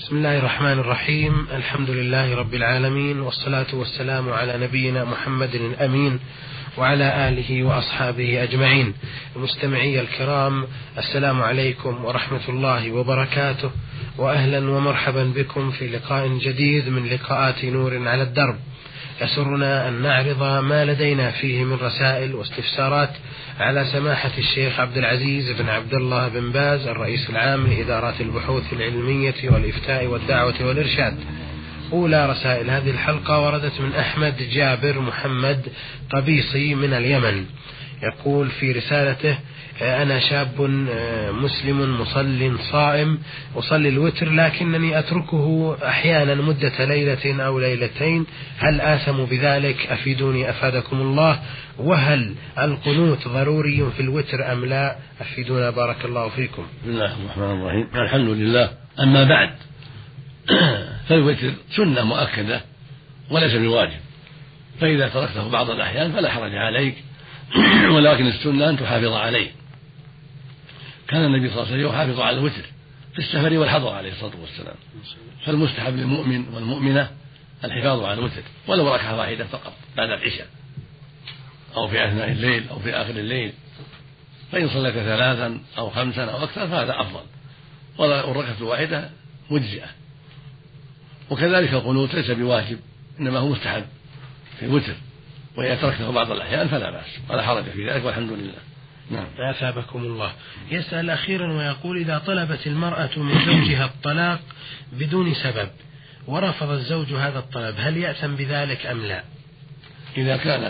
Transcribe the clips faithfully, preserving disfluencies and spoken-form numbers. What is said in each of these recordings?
بسم الله الرحمن الرحيم. الحمد لله رب العالمين، والصلاة والسلام على نبينا محمد الأمين وعلى آله وأصحابه أجمعين. مستمعي الكرام، السلام عليكم ورحمة الله وبركاته، وأهلا ومرحبا بكم في لقاء جديد من لقاءات نور على الدرب. يسرنا أن نعرض ما لدينا فيه من رسائل واستفسارات على سماحة الشيخ عبد العزيز بن عبد الله بن باز الرئيس العام لإدارات البحوث العلمية والإفتاء والدعوة والإرشاد. أولى رسائل هذه الحلقة وردت من أحمد جابر محمد قبيصي من اليمن. يقول في رسالته: أنا شاب مسلم مصل صائم أصلي الوتر، لكنني أتركه أحيانا مدة ليلة أو ليلتين، هل آثم بذلك؟ أفيدوني أفادكم الله. وهل القنوت ضروري في الوتر أم لا؟ أفيدونا بارك الله فيكم. بسم الله الرحمن الرحيم. الحمد لله. أما بعد، فالوتر سنة مؤكدة وليس بواجب، فإذا تركته بعض الأحيان فلا حرج عليك، ولكن السنة أن تحافظ عليه. كان النبي صلى الله عليه وسلم يحافظ على الوتر في السفر والحضر عليه الصلاة والسلام، فالمستحب للمؤمن والمؤمنة الحفاظ على الوتر ولو ركعة واحدة فقط بعد العشاء أو في أثناء الليل أو في آخر الليل، فإن صليت ثلاثا أو خمسا أو أكثر فهذا أفضل، والركعة الواحدة مجزئة. وكذلك القنوت ليس بواجب، إنما هو مستحب في الوتر، وإذا تركته بعض الأحيان فلا بأس ولا حرج في ذلك، والحمد لله. نعم. أثابكم الله. يسأل أخيرا ويقول: إذا طلبت المرأة من زوجها الطلاق بدون سبب ورفض الزوج هذا الطلب، هل يأثم بذلك أم لا؟ إذا كانت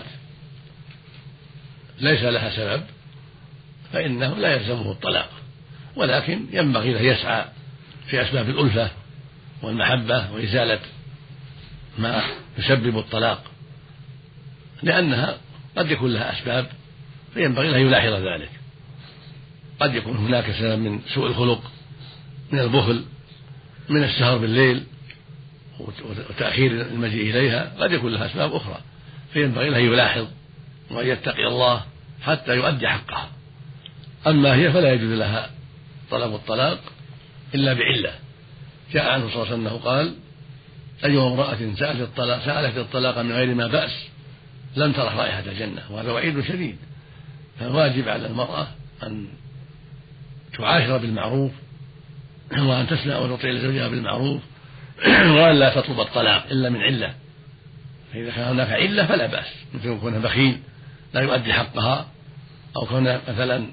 ليس لها سبب فإنه لا يلزمه الطلاق، ولكن ينبغي له يسعى في أسباب الألفة والمحبة وإزالة ما يسبب الطلاق، لأنها قد يكون لها أسباب فينبغي له يلاحظ ذلك. قد يكون هناك سبب من سوء الخلق، من البخل، من السهر بالليل وتأخير المجيء إليها، قد يكون لها أسباب أخرى، فينبغي له يلاحظ وأن يتقي الله حتى يؤدي حقها. أما هي فلا يجوز لها طلب الطلاق إلا بعلة. جاء عنه صلى الله عليه وسلم قال: أيما امرأة سألت الطلاق, سألت الطلاق من غير ما بأس لم ترح رائحة الجنة، وهذا وعيد شديد. فالواجب على المرأة أن تعاشر بالمعروف، وأن تسمع وتطيع لزوجها بالمعروف، وأن لا تطلب الطلاق إلا من علة. فإذا كان هناك علة فلا بأس، مثل كونه بخيل لا يؤدي حقها، أو كونه مثلا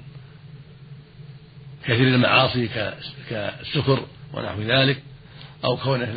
كثير المعاصي كالسكر ونحو ذلك، أو كونه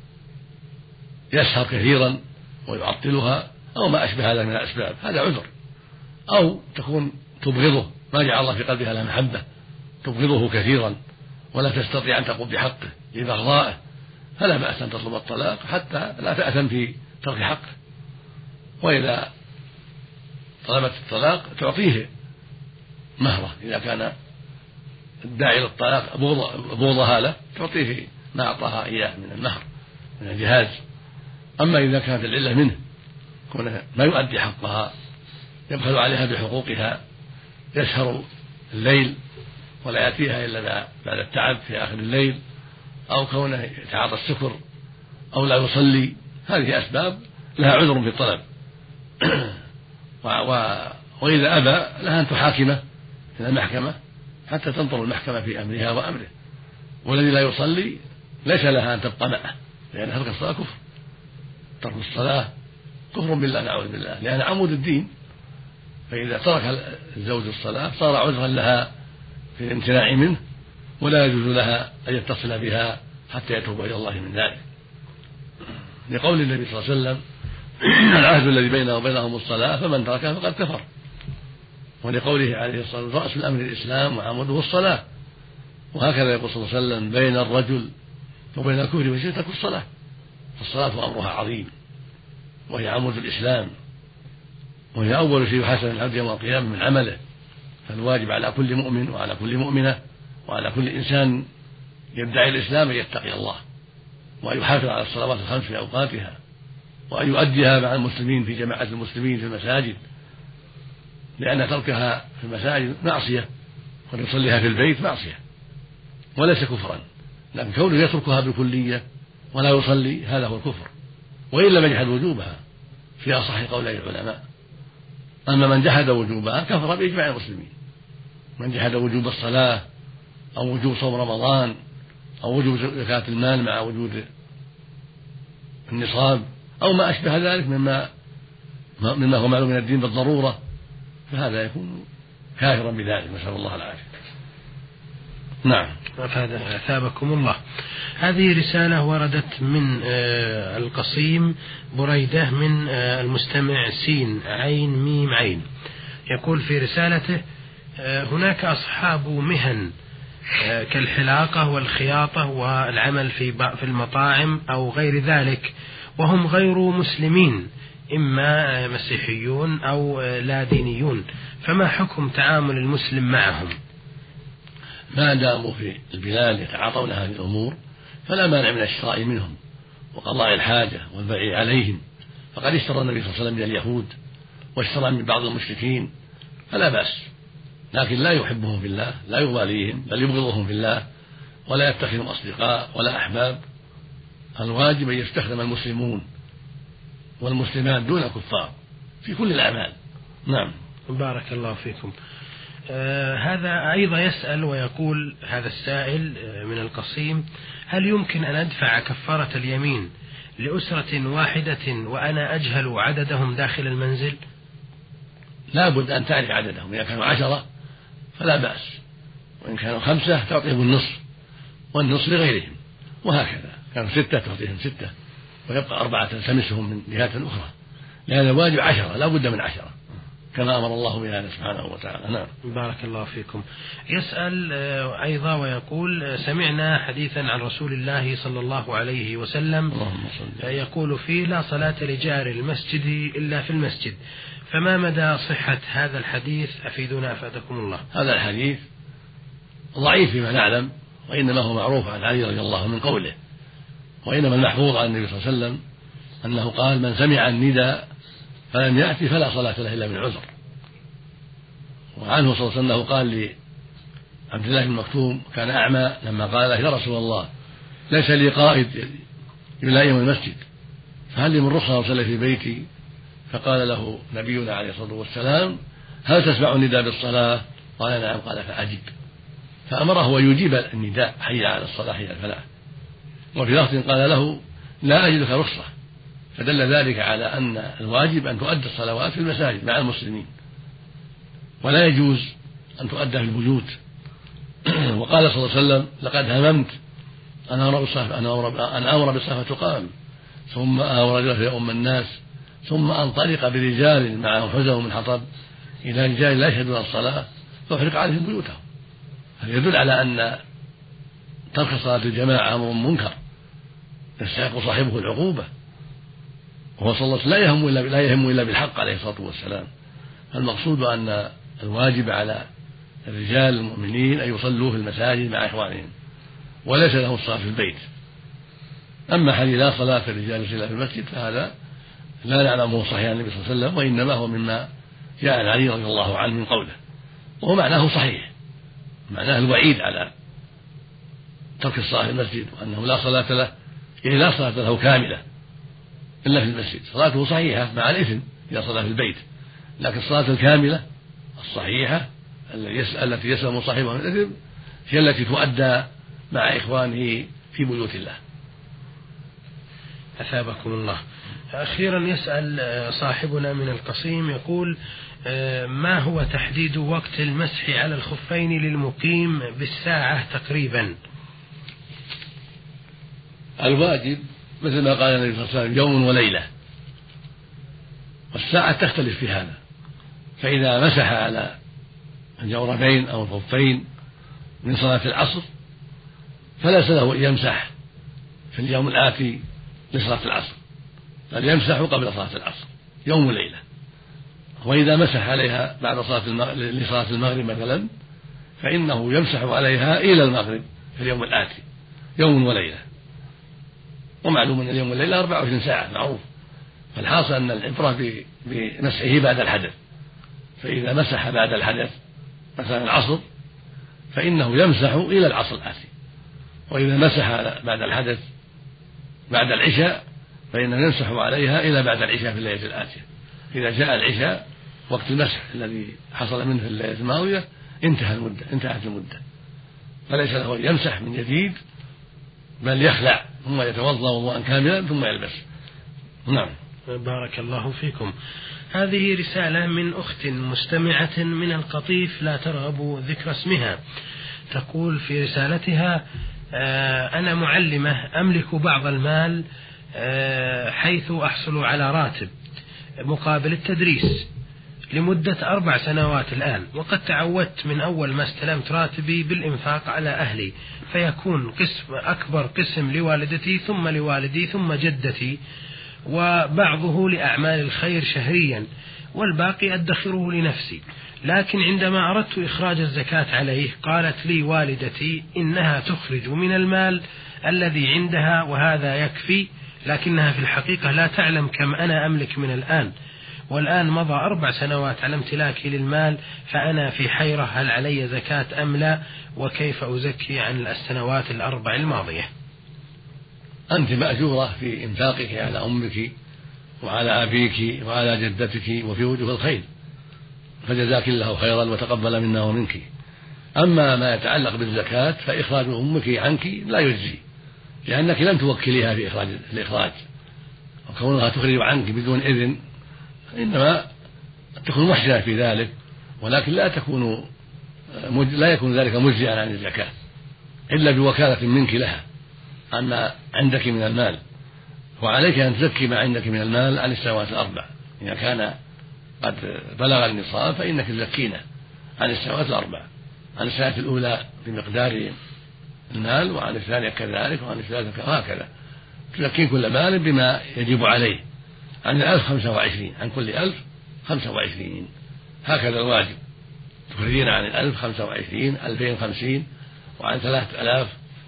يسهر كثيرا ويعطلها، أو ما أشبه هذا من الأسباب، هذا عذر. أو تكون تبغضه، ما جعل الله في قلبها لها محبة، تبغضه كثيرا ولا تستطيع أن تقوم بحقه لبغضائه، فلا بأس أن تطلب الطلاق حتى لا تأثم في ترك حقه. وإذا طلبت الطلاق تعطيه مهره، إذا كان الداعي للطلاق بغضها له تعطيه ما أعطاها إياه من المهر من الجهاز. أما إذا كانت العلة منه كونه ما يؤدي حقها، يبخل عليها بحقوقها، يسهر الليل ولا يأتيها إلا بعد التعب في آخر الليل، أو كونه يتعاطى السكر، أو لا يصلي، هذه أسباب لها عذر في الطلب. وإذا أبى لها أن تحاكمه إلى المحكمة حتى تنظر المحكمة في أمرها وأمره. والذي لا يصلي ليس لها أن تبقى معه، لأن ترك الصلاة كفر، ترك الصلاة كفر بالله نعوذ بالله، لأن عمود الدين. فإذا ترك الزوج الصلاة صار عذرا لها في الامتناع منه، ولا يجوز لها أن يتصل بها حتى يتوب إلى الله من ذلك، لقول النبي صلى الله عليه وسلم: العهد الذي بيننا وبينهم الصلاة فمن تركها فقد كفر. ولقوله عليه الصلاة والسلام: رأس الأمر الإسلام وعموده الصلاة. وهكذا يقول صلى الله عليه وسلم: بين الرجل وبين الكفر والشرك ترك الصلاة. فالصلاة أمرها عظيم، وهي عمود الإسلام، وهي أول شيء يحاسب العبد يوم القيامة من عمله. فالواجب على كل مؤمن وعلى كل مؤمنة وعلى كل إنسان يدعي الإسلام أن يتقي الله، وأن يحافظ على الصلوات الخمس في أوقاتها، وأن يؤديها مع المسلمين في جماعة المسلمين في المساجد، لأن تركها في المساجد معصية، وأن يصليها في البيت معصية وليس كفرا، لكن كونه يتركها بالكلية ولا يصلي هذا هو الكفر، وإن لم يجحد وجوبها في أصح قولي العلماء. أما من جحد وجوبها كفر بإجماع المسلمين، من جحد وجوب الصلاة أو وجوب صوم رمضان أو وجوب زكاة المال مع وجود النصاب أو ما أشبه ذلك مما مما هو معلوم من الدين بالضرورة، فهذا يكون كافرا بذلك، نسأل الله العافية. نعم. أثابكم الله. هذه رسالة وردت من القصيم بريدة من المستمع سين عين ميم عين، يقول في رسالته: هناك أصحاب مهن كالحلاقة والخياطة والعمل في المطاعم أو غير ذلك، وهم غير مسلمين، إما مسيحيون أو لا دينيون، فما حكم تعامل المسلم معهم؟ ما داموا في البلاد يتعاطون هذه الأمور فلا مانع من الشراء منهم وقضاء الحاجة والبيع عليهم، فقد اشترى النبي صلى الله عليه وسلم من اليهود واشترى من بعض المشركين، فلا بأس، لكن لا يحبهم في الله، لا يباليهم، بل يبغضهم في الله، ولا يتخذهم أصدقاء ولا أحباب. الواجب أن يستخدم المسلمون والمسلمات دون الكفار في كل الأعمال. نعم. بارك الله فيكم. آه هذا أيضا يسأل ويقول هذا السائل آه من القصيم: هل يمكن أن أدفع كفارة اليمين لأسرة واحدة وأنا أجهل عددهم داخل المنزل؟ لا بد أن تعرف عددهم، إذا كانوا عشرة فلا بأس، وإن كانوا خمسة تعطيهم النصف والنصف لغيرهم، وهكذا كانوا ستة تعطيهم ستة ويبقى أربعة تلتمسهم من جهات أخرى، لأن الواجب عشرة لا بد من عشرة كما أمر الله بها سبحانه وتعالى. نعم. بارك الله فيكم. يسأل أيضا ويقول: سمعنا حديثا عن رسول الله صلى الله عليه وسلم يقول فيه: لا صلاة لجار المسجد إلا في المسجد، فما مدى صحة هذا الحديث؟ أفيدنا أفادكم الله. هذا الحديث ضعيف فيما نعلم، وإنما هو معروف عن علي رضي الله عنه من قوله، وإنما المحفوظ عن النبي صلى الله عليه وسلم أنه قال: من سمع النداء فلم يأتي فلا صلاة له إلا من عذر. وعنه صلى الله عليه وسلم أنه قال لعبد الله بن مكتوم كان أعمى لما قال له: يا رسول الله ليس لي قائد يلائم المسجد، فهل لي من رخصة أصلي في بيتي؟ فقال له نبينا عليه الصلاة والسلام: هل تسمع النداء بالصلاة؟ قال: نعم. قال: فأجب. فأمره أن يجيب النداء: حي على الصلاة حي على الفلاح. وفي لفظ قال له: لا أجد لك رخصة. فدل ذلك على أن الواجب أن تؤدى الصلوات في المساجد مع المسلمين، ولا يجوز أن تؤدى في البيوت. وقال صلى الله عليه وسلم: لقد هممت أن أمر بالصلاة تقام، ثم آمر رجلا فيؤم الناس، ثم أنطلق برجال معهم حزم من حطب إلى رجال لا يشهدون الصلاة فأحرق عليهم بيوتهم. هذا يدل على أن ترك صلاة الجماعة أمر منكر يستحق صاحبه العقوبة، وهو صلى الله عليه وسلم لا يهم إلا لا يهم إلا بالحق عليه الصلاة والسلام. المقصود أن الواجب على الرجال المؤمنين أن يصلوا في المساجد مع إخوانهم، وليس لهم الصلاة في البيت. أما حديث لا صلاة الرجال إلا في المسجد فهذا لا نعلمه صحيح عن النبي صلى الله عليه وسلم، وإنما هو مما جاء عن علي رضي الله عنه من قوله، وهو معناه صحيح، معناه الوعيد على ترك الصلاة في المسجد، وأنه لا صلاة له، يعني لا صلاة له كاملة إلا في المسجد. صلاته صحيحة مع الإثم إذا صلى في البيت، لكن الصلاة الكاملة الصحيحة التي يسلم صاحبها من الإثم هي التي تؤدى مع إخوانه في بيوت الله. أثابكم الله. أخيرا يسأل صاحبنا من القصيم يقول: ما هو تحديد وقت المسح على الخفين للمقيم بالساعة تقريبا؟ الواجب مثل ما قال النبي صلى الله عليه وسلم: يوم وليلة، والساعة تختلف في هذا، فإذا مسح على الجوربين أو الخفين من صلاة العصر فليس له أن يمسح في اليوم الآتي لصلاة العصر، بل يمسح قبل صلاة العصر يوم وليلة. وإذا مسح عليها بعد صلاة المغرب لصلاة المغرب مثلا فإنه يمسح عليها إلى المغرب في اليوم الآتي يوم وليلة. ومعلوم أن اليوم والليلة أربعة وعشرين ساعة معروف، فالحاصل أن العبرة بمسحه بعد الحدث، فإذا مسح بعد الحدث مثلا العصر فإنه يمسح إلى العصر الآتي، وإذا مسح بعد الحدث بعد العشاء فإنه يمسح عليها إلى بعد العشاء في الليلة الآتية. إذا جاء العشاء وقت المسح الذي حصل منه في الليلة الماضية انتهى المدة انتهت المدة، فليس له أن يمسح من جديد، بل يخلع ثم يتوضأ وضوءا كاملا ثم يلبس. نعم. بارك الله فيكم. هذه رسالة من أخت مستمعة من القطيف لا ترغب ذكر اسمها، تقول في رسالتها: أنا معلمة أملك بعض المال حيث أحصل على راتب مقابل التدريس لمدة أربع سنوات الآن، وقد تعودت من أول ما استلمت راتبي بالإنفاق على أهلي، فيكون قسم أكبر قسم لوالدتي ثم لوالدي ثم جدتي، وبعضه لأعمال الخير شهريا والباقي أدخره لنفسي. لكن عندما أردت إخراج الزكاة عليه قالت لي والدتي إنها تخرج من المال الذي عندها وهذا يكفي، لكنها في الحقيقة لا تعلم كم أنا أملك من الآن، والآن مضى أربع سنوات على امتلاكي للمال، فأنا في حيرة هل علي زكاة أم لا، وكيف أزكي عن السنوات الأربع الماضية؟ أنت مأجورة في إنفاقك على أمك وعلى أبيك وعلى جدتك وفي وجوه الخير، فجزاك الله خيرا وتقبل منا ومنك. أما ما يتعلق بالزكاة فإخراج أمك عنك لا يجزي، لأنك لم توكليها في إخراج الإخراج، وكونها تخرج عنك بدون إذن إنما تكون محسنة في ذلك، ولكن لا تكون لا يكون ذلك مجزئا عن الزكاة إلا بوكالة منك لها عن عندك من المال، وعليك أن تزكي ما عندك من المال عن السنوات الأربع. إذا كان قد بلغ النصاب فإنك تزكينه عن السنوات الأربع، عن السنة الأولى بمقدار المال، وعن الثانية كذلك، وعن الثالثة وهكذا، تزكين كل مال بما يجب عليه. عن الألف خمسة وعشرين، عن كل ألف خمسة وعشرين، هكذا الواجب، تخرجين عن الألف خمسة وعشرين، ألفين خمسين، وعن ثلاثة ألاف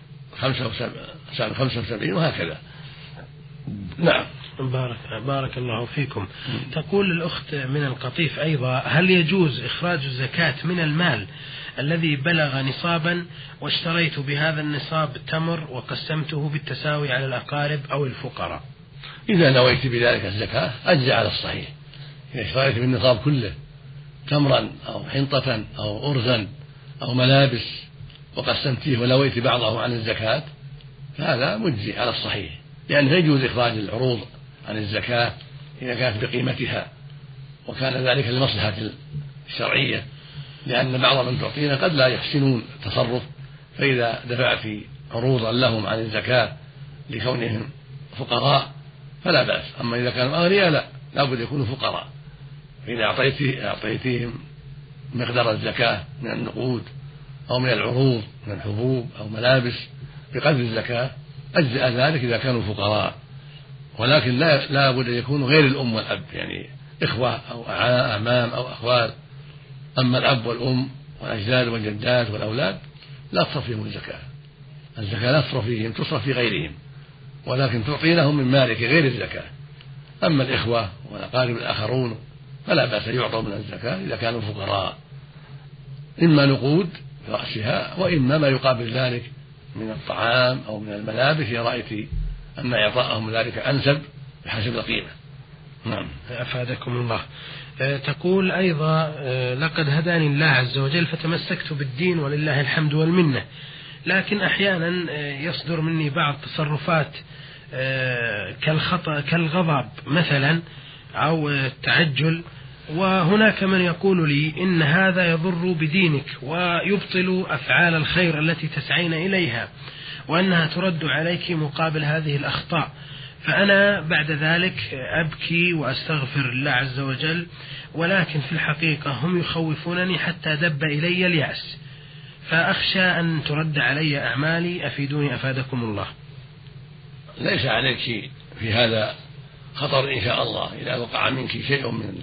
خمسة وسبعين، وهكذا. نعم. بارك, بارك الله فيكم. تقول الأخت من القطيف أيضا: هل يجوز إخراج الزكاة من المال الذي بلغ نصابا واشتريت بهذا النصاب تمر وقسمته بالتساوي على الأقارب أو الفقراء؟ إذا نويت بذلك الزكاة أجزى على الصحيح. إذا اشتريت بالنصاب كله تمرا أو حنطة أو أرزا أو ملابس وقسمتيه ونويت بعضه عن الزكاة فهذا مجزي على الصحيح، لأنه يجوز إخراج العروض عن الزكاة إذا كانت بقيمتها وكان ذلك للمصلحة الشرعية، لأن بعض من تعطينا قد لا يحسنون التصرف، فإذا دفعت عروضا لهم عن الزكاة لكونهم فقراء فلا بأس. أما إذا كانوا أغنياء لا لابد يكونوا فقراء، فإذا أعطيتهم مقدار الزكاة من النقود أو من العروض من الحبوب أو ملابس بقدر الزكاة أجزأ ذلك إذا كانوا فقراء، ولكن لا لا بد أن يكونوا غير الأم والأب، يعني إخوة أو أعمام أو أخوال. أما الأب والأم والأجداد والجدات والأولاد لا تصرف فيهم الزكاة، الزكاة لا تصرف فيهم، تصرف في غيرهم، ولكن تعطينهم من مالك غير الزكاة. أما الإخوة والأقارب الآخرون فلا بأس أن يعطوا من الزكاة إذا كانوا فقراء، إما نقود رأسها وإما ما يقابل ذلك من الطعام أو من الملابس إذا رأيت أن إعطاءهم ذلك أنسب بحسب القيمة. نعم. أفادكم الله. تقول أيضا: لقد هداني الله عز وجل فتمسكت بالدين ولله الحمد والمنة، لكن أحيانا يصدر مني بعض تصرفات كالخطأ كالغضب مثلا أو التعجل، وهناك من يقول لي إن هذا يضر بدينك ويبطل أفعال الخير التي تسعين إليها، وأنها ترد عليك مقابل هذه الأخطاء، فأنا بعد ذلك أبكي وأستغفر الله عز وجل، ولكن في الحقيقة هم يخوفونني حتى دب إلي اليأس، فأخشى أن ترد علي أعمالي، أفيدوني أفادكم الله. ليس عليك شيء في هذا خطر إن شاء الله، إذا وقع منك شيء من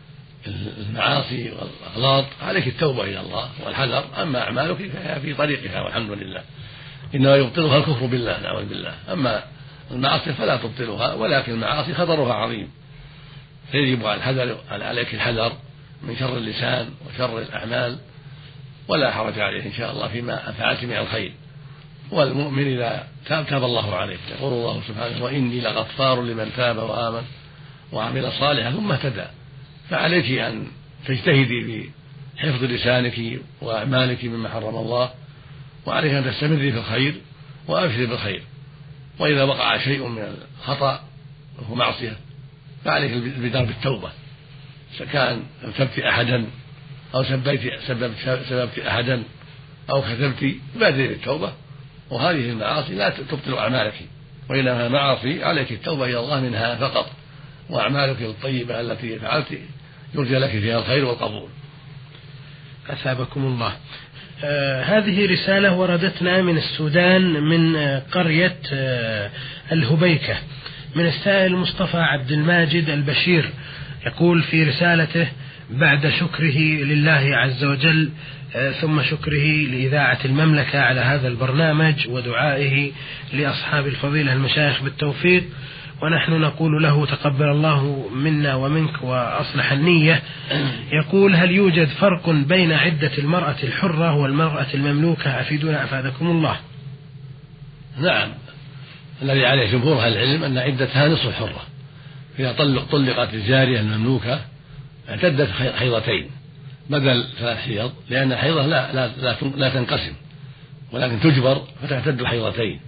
المعاصي والأغلاط عليك التوبة إلى الله والحذر، أما أعمالك فهي في طريقها والحمد لله، إنما يبطلها الكفر بالله نعوذ بالله. أما المعاصي فلا تبطلها، ولكن المعاصي خطرها عظيم، فيجب على الحذر عليك الحذر من شر اللسان وشر الأعمال، ولا حرج عليه إن شاء الله فيما أفعلت من الخير. والمؤمن إذا تاب تاب الله عليه. يقول الله سبحانه وإني لغفار لمن تاب وآمن وعمل صالحا ثم اهتدى. فعليك أن تجتهدي بحفظ لسانك وأعمالك مما حرم الله، وعليك أن تستمري في الخير وأبشري بالخير. وإذا وقع شيء من الخطأ وهو معصية فعليك البدار بالتوبة، كان سبت أحدا أو سبيت سببت, سببت أحدا أو كذبت بادري بالتوبة. وهذه المعاصي لا تبطل أعمالك، وإنما المعاصي عليك التوبة إلى الله منها فقط، وأعمالك الطيبة التي فعلت يرجى لك فيها الخير والقبول. أثابكم الله. آه هذه رسالة وردتنا من السودان من آه قرية آه الهبيكة من السائل مصطفى عبد الماجد البشير. يقول في رسالته: بعد شكره لله عز وجل آه ثم شكره لإذاعة المملكة على هذا البرنامج ودعائه لأصحاب الفضيلة المشايخ بالتوفيق، ونحن نقول له تقبل الله منا ومنك وأصلح النية. يقول: هل يوجد فرق بين عدة المرأة الحرة والمرأة المملوكة؟ أفيدونا أفادكم الله. نعم، الذي عليه جمهور أهل العلم أن عدتها نصف الحرة. إذا طلق طلقت الجارية المملوكة اعتدت حيضتين بدل ثلاث حيض، لأن الحيضة لا, لا, لا, لا تنقسم ولكن تجبر فتعتد حيضتين.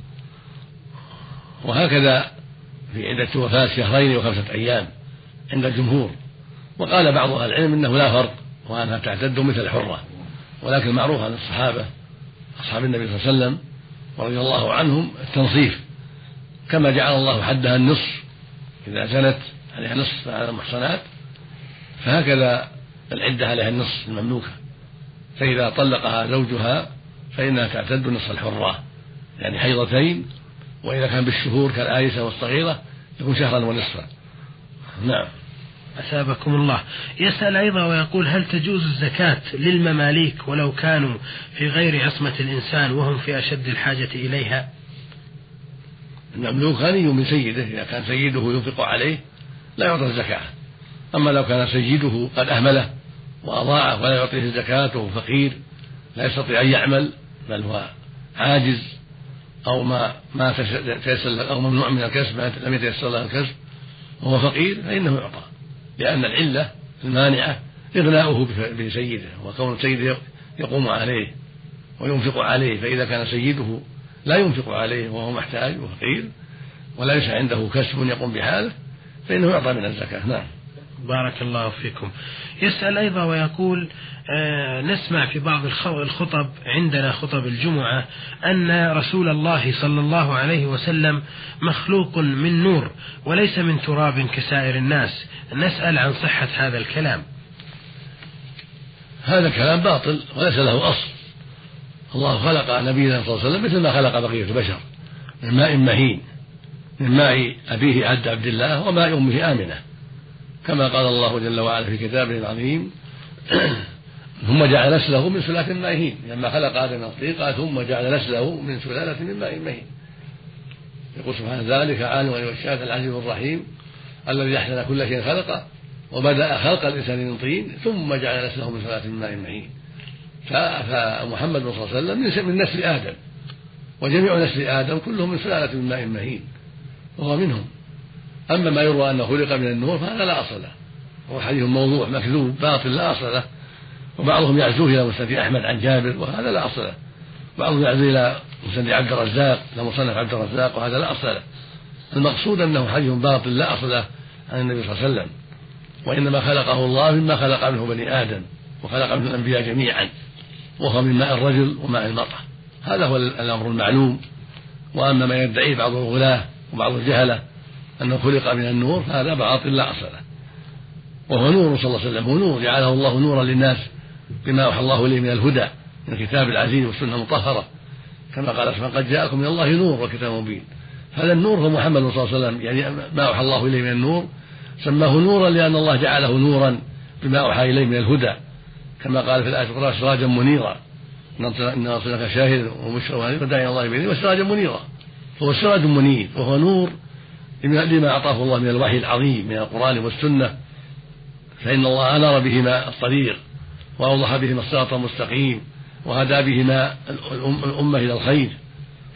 وهكذا في عدة وفاة شهرين وخمسة أيام عند الجمهور. وقال بعض أهل العلم إنه لا فرق وأنها تعتد مثل الحرة، ولكن معروف عن الصحابة أصحاب النبي صلى الله عليه وسلم ورضي الله عنهم التنصيف، كما جعل الله حدها النصف إذا زنت عليها نصف على المحصنات، فهكذا العدة عليها النصف المملوكة. فإذا طلقها زوجها فإنها تعتد نصف الحرة، يعني حيضتين، وإذا كان بالشهور كالآيسة والصغيرة يكون شهرا ونصفا. نعم. أثابكم الله. يسأل أيضا ويقول: هل تجوز الزكاة للمماليك ولو كانوا في غير عصمة الإنسان وهم في أشد الحاجة إليها؟ المملوك غني من سيده، إذا كان سيده ينفق عليه لا يعطى الزكاة. أما لو كان سيده قد أهمله وأضاعه ولا يعطيه الزكاة وهو فقير لا يستطيع أن يعمل بل هو عاجز أو ما ما تيسر أو ممنوع من الكسب لم يتيسر له الكسب وهو فقير فإنه يعطى، لأن العلة المانعة إغناؤه بسيده وكون سيده يقوم عليه وينفق عليه. فإذا كان سيده لا ينفق عليه وهو محتاج وفقير وليس عنده كسب يقوم بحاله فإنه يعطى من الزكاة. نعم. بارك الله فيكم. يسأل أيضا ويقول: آه نسمع في بعض الخطب عندنا خطب الجمعة أن رسول الله صلى الله عليه وسلم مخلوق من نور وليس من تراب كسائر الناس، نسأل عن صحة هذا الكلام. هذا الكلام باطل وليس له أصل. الله خلق نبينا صلى الله عليه وسلم مثل ما خلق بقية البشر من ماء مهين، من ماء أبيه عبد عبد الله وماء أمه آمنة، كما قال الله جل وعلا في كتابه العظيم: ثم جعل نسله من سلالة من ماء مهين. لما خلق آدم الطريق ثم جعل نسله من سلالة من ماء مهين. يقول سبحانه: ذلك عالم الغيب والشهادة العزيز الرحيم الذي أحسن كل شيء خلقه وبدأ خلق الإنسان من طين ثم جعل نسله من سلالة من ماء مهين. فمحمد صلى الله عليه وسلم من نسل آدم، وجميع نسل آدم كلهم من سلالة من ماء مهين وهو منهم. أما ما يروى أنه خلق من النور فهذا لا أصل له، هو حديث موضوع مكذوب باطل لا أصل له. وبعضهم يعزوه إلى مسند أحمد عن جابر وهذا لا أصل له، بعضهم يعزوه إلى مسند عبد الرزاق إلى مصنف عبد الرزاق وهذا لا أصل له. المقصود أنه حديث باطل لا أصل له عن النبي صلى الله عليه وسلم، وإنما خلقه الله مما خلق منه بني آدم وخلق منه الأنبياء جميعا، وهو من ماء الرجل وماء المرأة. هذا هو الأمر المعلوم. وأما ما يدعيه بعض الغلاة وبعض الجهلة أنه خلق من النور فهذا باطل لا أصل له. وهو نور صلى الله عليه وسلم، هو نور جعله الله نورا للناس بما أوحى الله إليه من الهدى من الكتاب العزيز والسنة المطهرة، كما قال سبحانه: قد جاءكم من الله نور وكتاب مبين. هذا النور هو محمد صلى الله عليه وسلم، يعني ما أوحى الله إليه من النور سماه نورا لأن الله جعله نورا بما أوحى إليه من الهدى، كما قال في الآية الأخرى: سراجا منيرا إن أرسلناك شاهدا ومبشرا ونذيرا وداعيا الله بإذنه وسراجا منيرا. فهو سراج منير وهو نور لما أعطاه الله من الوحي العظيم من القرآن والسنة، فإن الله أنار بهما الطريق وأوضح بهما الصراط المستقيم وهدى بهما الأمة إلى الخير.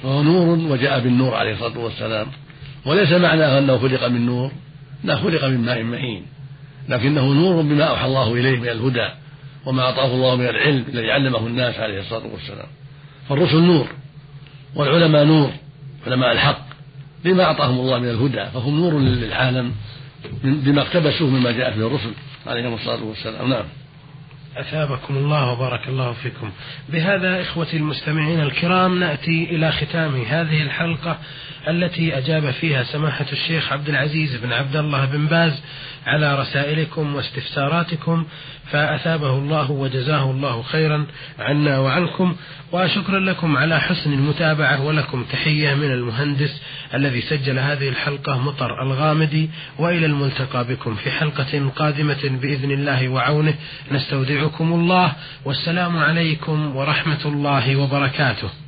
فهو نور وجاء بالنور عليه الصلاة والسلام، وليس معناه أنه خلق من نور، لا، خلق من ماء مهين، لكنه نور بما أوحى الله إليه من الهدى وما أعطاه الله من العلم الذي علمه الناس عليه الصلاة والسلام. فالرسل نور والعلماء نور، علماء الحق بما أعطاهم الله من الهدى، فهم نور للعالم بما اقتبسوه مما جاءت به الرسل عليهم الصلاة والسلام. نعم. أثابكم الله وبارك الله فيكم. بهذا إخوتي المستمعين الكرام نأتي إلى ختام هذه الحلقة التي أجاب فيها سماحة الشيخ عبد العزيز بن عبد الله بن باز على رسائلكم واستفساراتكم، فأثابه الله وجزاه الله خيرا عنا وعنكم، وشكرا لكم على حسن المتابعة، ولكم تحية من المهندس الذي سجل هذه الحلقة مطر الغامدي، وإلى الملتقى بكم في حلقة قادمة بإذن الله وعونه. نستودعكم الله، والسلام عليكم ورحمة الله وبركاته.